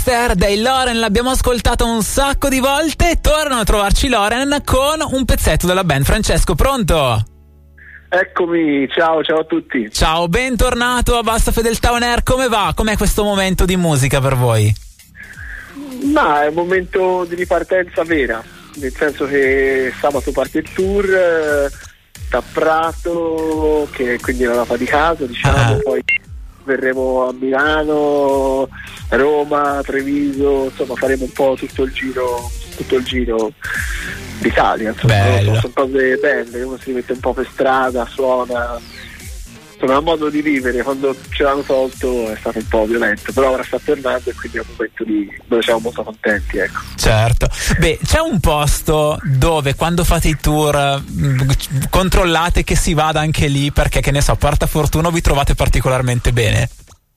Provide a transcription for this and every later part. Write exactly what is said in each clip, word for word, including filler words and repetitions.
Gangster dei Loren, l'abbiamo ascoltato un sacco di volte. Tornano a trovarci Loren con un pezzetto della band. Francesco, pronto? Eccomi, ciao, ciao a tutti. Ciao, bentornato a Bassa Fedeltà On Air. Come va? Com'è questo momento di musica per voi? Ma è un momento di ripartenza vera, nel senso che sabato parte il tour eh, da Prato, che quindi è la data di casa, diciamo, ah. Poi verremo a Milano, Roma, Treviso, insomma faremo un po' tutto il giro, tutto il giro d'Italia, insomma. Sono cose belle, uno si mette un po' per strada, suona, insomma è un modo di vivere. Quando ce l'hanno tolto è stato un po' violento, però ora sta tornando e quindi è un momento di dove siamo molto contenti, ecco. Certo. Beh, c'è un posto dove quando fate i tour mh, controllate che si vada anche lì, perché che ne so, Porta Fortuna vi trovate particolarmente bene?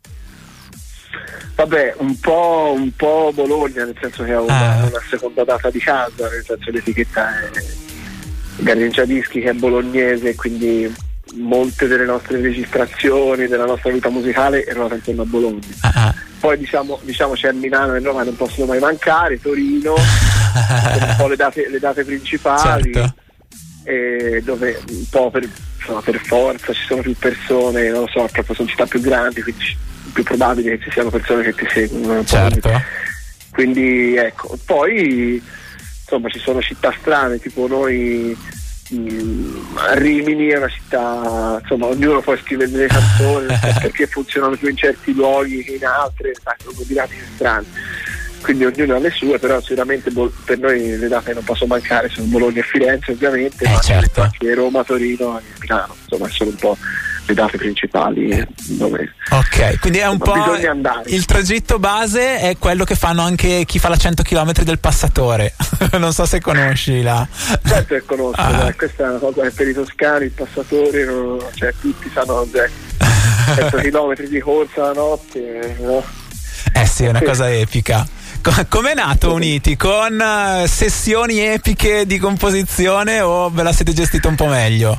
Vabbè, un po', un po' Bologna, nel senso che ha una, ah. una seconda data di casa, nel senso l'etichetta è Garrincia Dischi, che è bolognese, quindi molte delle nostre registrazioni, della nostra vita musicale erano sempre a Bologna. Ah. Poi diciamo, diciamo c'è Milano e Roma, non possono mai mancare, Torino, sono un po' le date, le date principali, certo. E dove un po' per, insomma, per forza ci sono più persone, non lo so, proprio sono città più grandi, quindi è più probabile che ci siano persone che ti seguono. Certo. Quindi ecco, poi insomma ci sono città strane, tipo noi a Rimini è una città, insomma ognuno può scrivere delle canzoni perché funzionano più in certi luoghi che in altre, sono dinamiche strane, quindi ognuno ha le sue, però sicuramente per noi le date non possono mancare sono Bologna e Firenze ovviamente, eh, ma certo. anche Roma, Torino e Milano, insomma sono un po' le date principali eh. dove ok, quindi è un insomma, po' bisogna andare. Il tragitto base è quello che fanno anche chi fa la cento chilometri del Passatore. Non so se conosci la certo che conosco, ah. eh, questa è una cosa che per i toscani il Passatore non, cioè tutti sanno cento chilometri di corsa la notte, no? Eh sì, è una cosa epica. Com'è nato Uniti? Con uh, sessioni epiche di composizione o ve la siete gestita un po' meglio?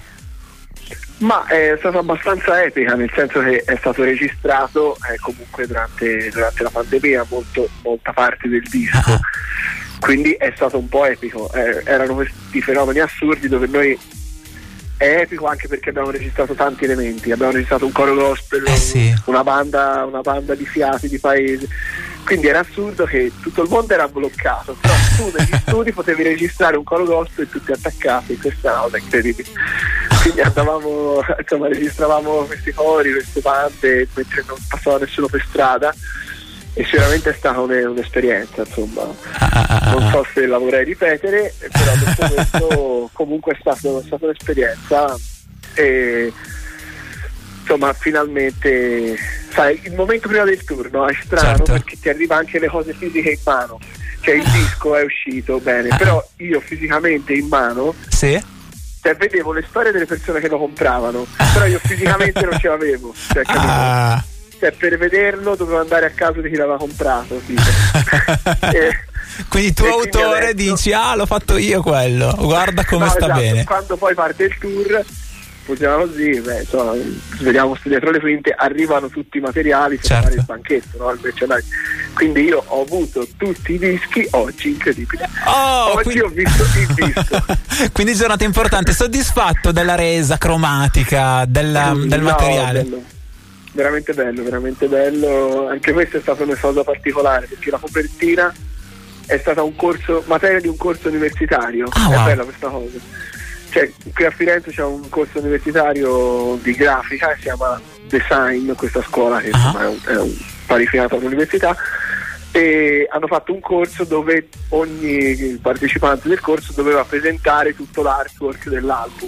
Ma è stata abbastanza epica, nel senso che è stato registrato eh, comunque durante, durante la pandemia molto, molta parte del disco, ah. Quindi è stato un po' epico, eh, erano questi fenomeni assurdi dove noi è epico anche perché abbiamo registrato tanti elementi, abbiamo registrato un coro gospel, eh sì. una banda, una banda di fiati di paese, quindi era assurdo che tutto il mondo era bloccato, però tu negli studi potevi registrare un coro gospel tutti attaccati, questa è una cosa incredibile. Quindi andavamo, insomma, registravamo questi cori, queste bande mentre non passava nessuno per strada e sicuramente è stata un, un'esperienza, insomma. Non so se la vorrei ripetere, però detto questo comunque è stato, è stata un'esperienza e insomma finalmente sai, il momento prima del tour, no? È strano, certo. Perché ti arriva anche le cose fisiche in mano, cioè il disco è uscito bene, ah. Però io fisicamente in mano sì. Cioè vedevo le storie delle persone che lo compravano, però io fisicamente non ce l'avevo, cioè, ah. Cioè per vederlo dovevo andare a casa di chi l'aveva comprato, sì. e, quindi tu autore adesso, dici ah l'ho fatto io quello, guarda come no, sta esatto. Bene. Quando poi parte il tour funziona così, beh, insomma, vediamo dietro le quinte, arrivano tutti i materiali per certo. Fare il banchetto, no? Il quindi io ho avuto tutti i dischi oggi, incredibile. Oh, oggi quindi... ho visto il disco. Quindi giornata importante, soddisfatto della resa cromatica della, del no, materiale? Bello. Veramente bello, veramente bello. Anche questo è stato un episodio particolare perché la copertina è stata un corso, materia di un corso universitario. Ah, è wow. Bella questa cosa. Cioè, qui a Firenze c'è un corso universitario di grafica che si chiama Design, questa scuola che insomma, uh-huh. è, un, è un parificato all'università, e hanno fatto un corso dove ogni partecipante del corso doveva presentare tutto l'artwork dell'album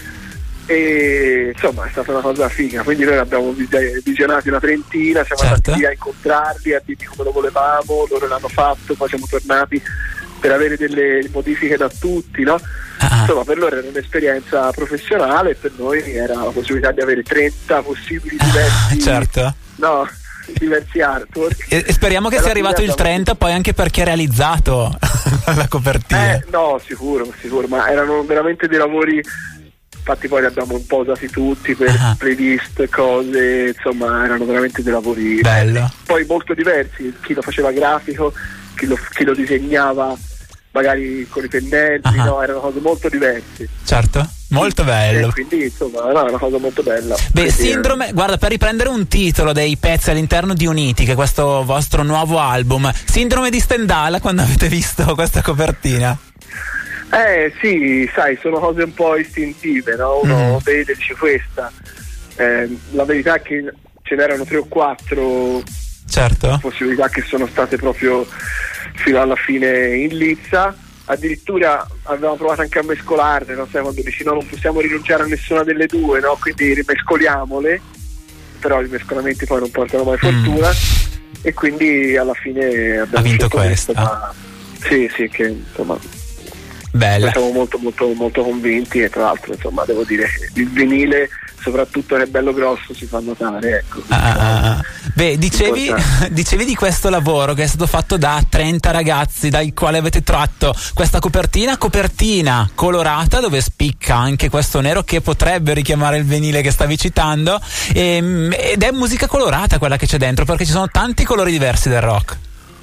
e insomma è stata una cosa figa, quindi noi abbiamo visionati una trentina, siamo certo. andati lì a incontrarli, a dirgli come lo volevamo, loro l'hanno fatto, poi siamo tornati per avere delle modifiche da tutti, no? Ah. Insomma per loro era un'esperienza professionale e per noi era la possibilità di avere trenta possibili diversi, certo. no, diversi artwork e, e speriamo che sia arrivato il trenta poi anche perché è realizzato la copertina. Eh, no, sicuro, sicuro, ma erano veramente dei lavori infatti poi li abbiamo un po' usati tutti per uh-huh. playlist, cose, insomma erano veramente dei lavori bello. Poi molto diversi, chi lo faceva grafico, chi lo, chi lo disegnava magari con i pennelli, uh-huh. no, erano cose molto diverse. Certo, molto bello. E quindi insomma no, è una cosa molto bella. Beh, quindi, Sindrome, guarda, per riprendere un titolo dei pezzi all'interno di Uniti, che è questo vostro nuovo album, Sindrome di Stendhal, quando avete visto questa copertina? Eh sì, sai, sono cose un po' istintive, no? Uno mm. vede e dice questa. Eh, la verità è che ce n'erano tre o quattro certo. possibilità che sono state proprio fino alla fine in lizza. Addirittura avevamo provato anche a mescolarle, no? Sai, quando dici no, non possiamo rinunciare a nessuna delle due, no? Quindi rimescoliamole, però i mescolamenti poi non portano mai fortuna mm. e quindi alla fine abbiamo ha vinto questo, questa. ma... Sì, sì, che insomma bella. Siamo molto molto molto convinti e tra l'altro insomma devo dire il vinile soprattutto che è bello grosso si fa notare, ecco. Ah, beh, dicevi, dicevi di questo lavoro che è stato fatto da trenta ragazzi, dal quale avete tratto questa copertina copertina colorata dove spicca anche questo nero che potrebbe richiamare il vinile che stavi citando, e, ed è musica colorata quella che c'è dentro perché ci sono tanti colori diversi del rock.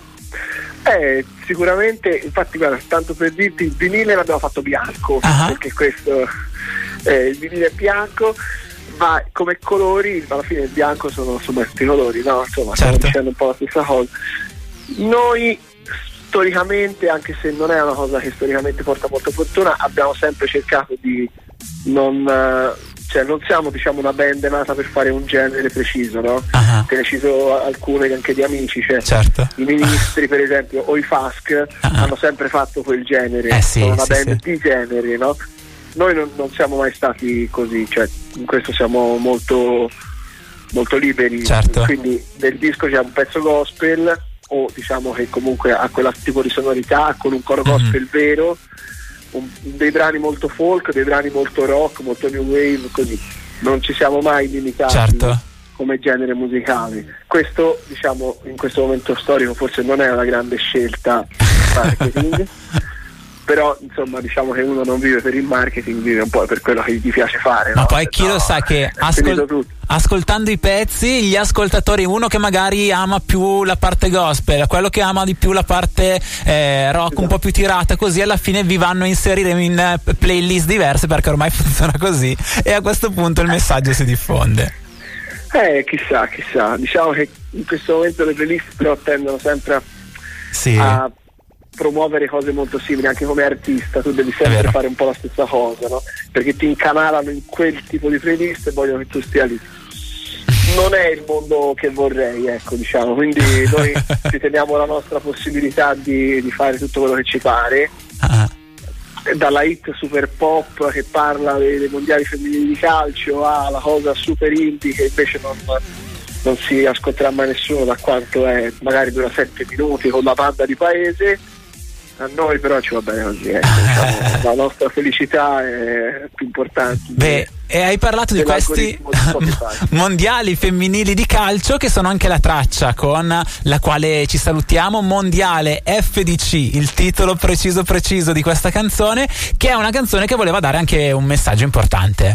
Eh, sicuramente, infatti guarda, tanto per dirti, il vinile l'abbiamo fatto bianco, uh-huh. perché questo eh, il vinile è bianco, ma come colori alla fine il bianco sono questi colori, no? Insomma, certo. stiamo dicendo un po' la stessa cosa. Noi storicamente, anche se non è una cosa che storicamente porta molta fortuna, abbiamo sempre cercato di non uh, cioè non siamo diciamo una band nata per fare un genere preciso, no? Uh-huh. Te ne cito alcune anche di amici, cioè certo. i Ministri per esempio o i Fask uh-huh. hanno sempre fatto quel genere, eh sì, sono una sì, band sì. di genere, no? Noi non, non siamo mai stati così, cioè in questo siamo molto molto liberi, certo. quindi nel disco c'è un pezzo gospel o diciamo che comunque ha quella tipo di sonorità con un coro gospel mm-hmm. vero, un, dei brani molto folk, dei brani molto rock, molto new wave, così non ci siamo mai limitati certo. come genere musicale. Questo diciamo in questo momento storico forse non è una grande scelta marketing però insomma diciamo che uno non vive per il marketing, vive un po' per quello che gli piace fare, ma no? poi chi no, lo sa che ascol- ascoltando i pezzi gli ascoltatori, uno che magari ama più la parte gospel, quello che ama di più la parte eh, rock, esatto. un po' più tirata, così alla fine vi vanno a inserire in uh, playlist diverse perché ormai funziona così e a questo punto il messaggio si diffonde. Eh chissà chissà diciamo che in questo momento le playlist però tendono sempre a, sì. a promuovere cose molto simili. Anche come artista tu devi sempre fare un po' la stessa cosa, no? Perché ti incanalano in quel tipo di playlist e vogliono che tu stia lì. Non è il mondo che vorrei, ecco, diciamo, quindi noi ci teniamo la nostra possibilità di, di fare tutto quello che ci pare, uh-huh. dalla hit super pop che parla dei, dei mondiali femminili di calcio alla cosa super indie che invece non non si ascolterà mai nessuno, da quanto è, magari dura sette minuti con la banda di paese. A noi però ci va bene così, ecco, diciamo, la nostra felicità è più importante. Beh, e hai parlato di questi mondiali femminili di calcio che sono anche la traccia con la quale ci salutiamo, Mondiale F D C, il titolo preciso preciso di questa canzone, che è una canzone che voleva dare anche un messaggio importante.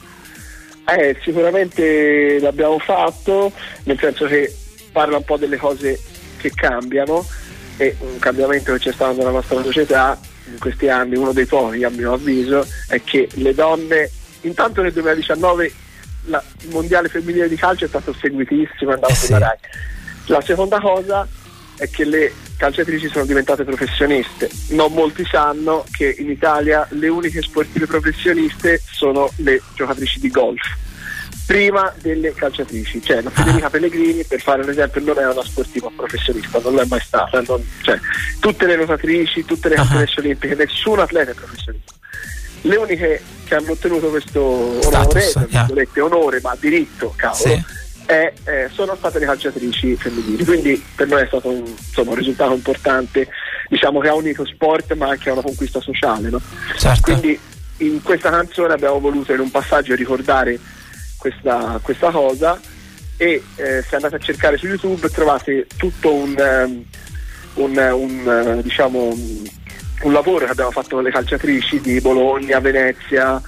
Eh, sicuramente l'abbiamo fatto, nel senso che parla un po' delle cose che cambiano, e un cambiamento che c'è stato nella nostra società in questi anni, uno dei pochi a mio avviso, è che le donne, intanto nel duemiladiciannove la, il mondiale femminile di calcio è stato seguitissimo, andava eh sulla sì. Rai. La seconda cosa è che le calciatrici sono diventate professioniste. Non molti sanno che in Italia le uniche sportive professioniste sono le giocatrici di golf, prima delle calciatrici. Cioè la Federica Pellegrini, per fare un esempio, non è una sportiva professionista, non l'è mai stata, non, cioè, tutte le nuotatrici, tutte le campionesse uh-huh. olimpiche, nessun atleta è professionista. Le uniche che hanno ottenuto questo onore, Status, yeah. onore ma diritto, cavolo, sì. è, eh, sono state le calciatrici femminili. Quindi per noi è stato un, insomma, un risultato importante, diciamo, che ha unito sport ma anche una conquista sociale, no? Certo. Quindi in questa canzone abbiamo voluto in un passaggio ricordare questa, questa cosa, e eh, se andate a cercare su YouTube trovate tutto un, um, un, un uh, diciamo un, un lavoro che abbiamo fatto con le calciatrici di Bologna, Venezia,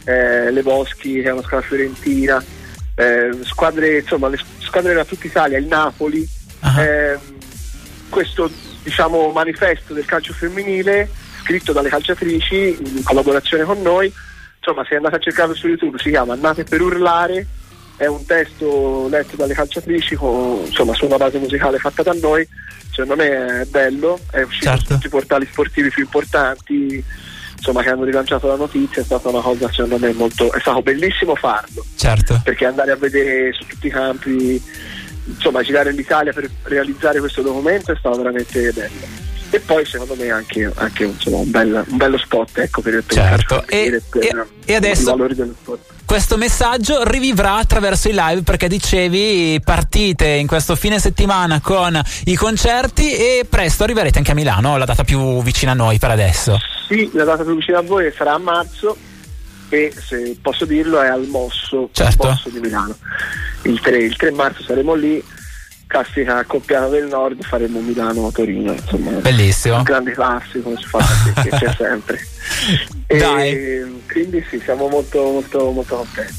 eh, Le Boschi che è una squadra fiorentina, eh, squadre, insomma le squadre da tutta Italia, il Napoli. Uh-huh. Eh, questo diciamo manifesto del calcio femminile scritto dalle calciatrici in collaborazione con noi, insomma se andate a cercarlo su YouTube si chiama Nate per urlare, è un testo letto dalle calciatrici con, insomma su una base musicale fatta da noi, secondo me è bello, è uscito certo. su tutti i portali sportivi più importanti, insomma che hanno rilanciato la notizia, è stata una cosa secondo me molto, è stato bellissimo farlo, certo. perché andare a vedere su tutti i campi, insomma girare l'Italia per realizzare questo documento è stato veramente bello. E poi secondo me anche, anche insomma, un, bel, un bello spot, ecco, per il certo. e, per, e, e adesso i valori dello sport. Questo messaggio rivivrà attraverso i live, perché dicevi partite in questo fine settimana con i concerti e presto arriverete anche a Milano, la data più vicina a noi per adesso. Sì, la data più vicina a voi sarà a marzo e se posso dirlo è al Mosso, certo. Mosso di Milano. Il tre, il tre marzo saremo lì. Classica accoppiata del nord, faremo Milano-Torino, insomma, bellissimo, un grande classico si fa, che c'è sempre. E dai, quindi sì, siamo molto molto molto contenti.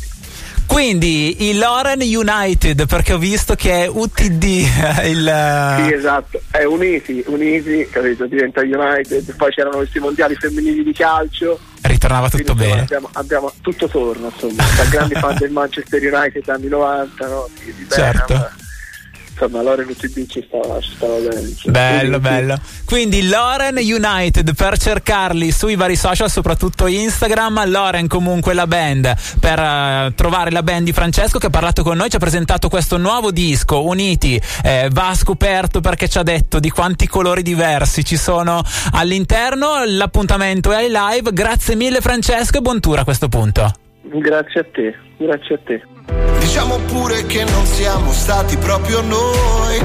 Quindi il Loren United, perché ho visto che è U T D il... Sì, esatto, è Uniti, Uniti, capito, diventa United, poi c'erano questi mondiali femminili di calcio, ritornava tutto quindi, bene, insomma, abbiamo, abbiamo tutto torna, insomma, da grandi fan del Manchester United anni novanta, no? Di, di certo Beckham. Insomma, Loren U T B ci stava, ci stava bene. Cioè. Bello, bello. Quindi Loren United per cercarli sui vari social, soprattutto Instagram. Loren comunque la band, per uh, trovare la band di Francesco che ha parlato con noi, ci ha presentato questo nuovo disco, Uniti, eh, va scoperto perché ci ha detto di quanti colori diversi ci sono all'interno. L'appuntamento è ai live. Grazie mille Francesco e buon tour a questo punto. Grazie a te, grazie a te. Diciamo pure che non siamo stati proprio noi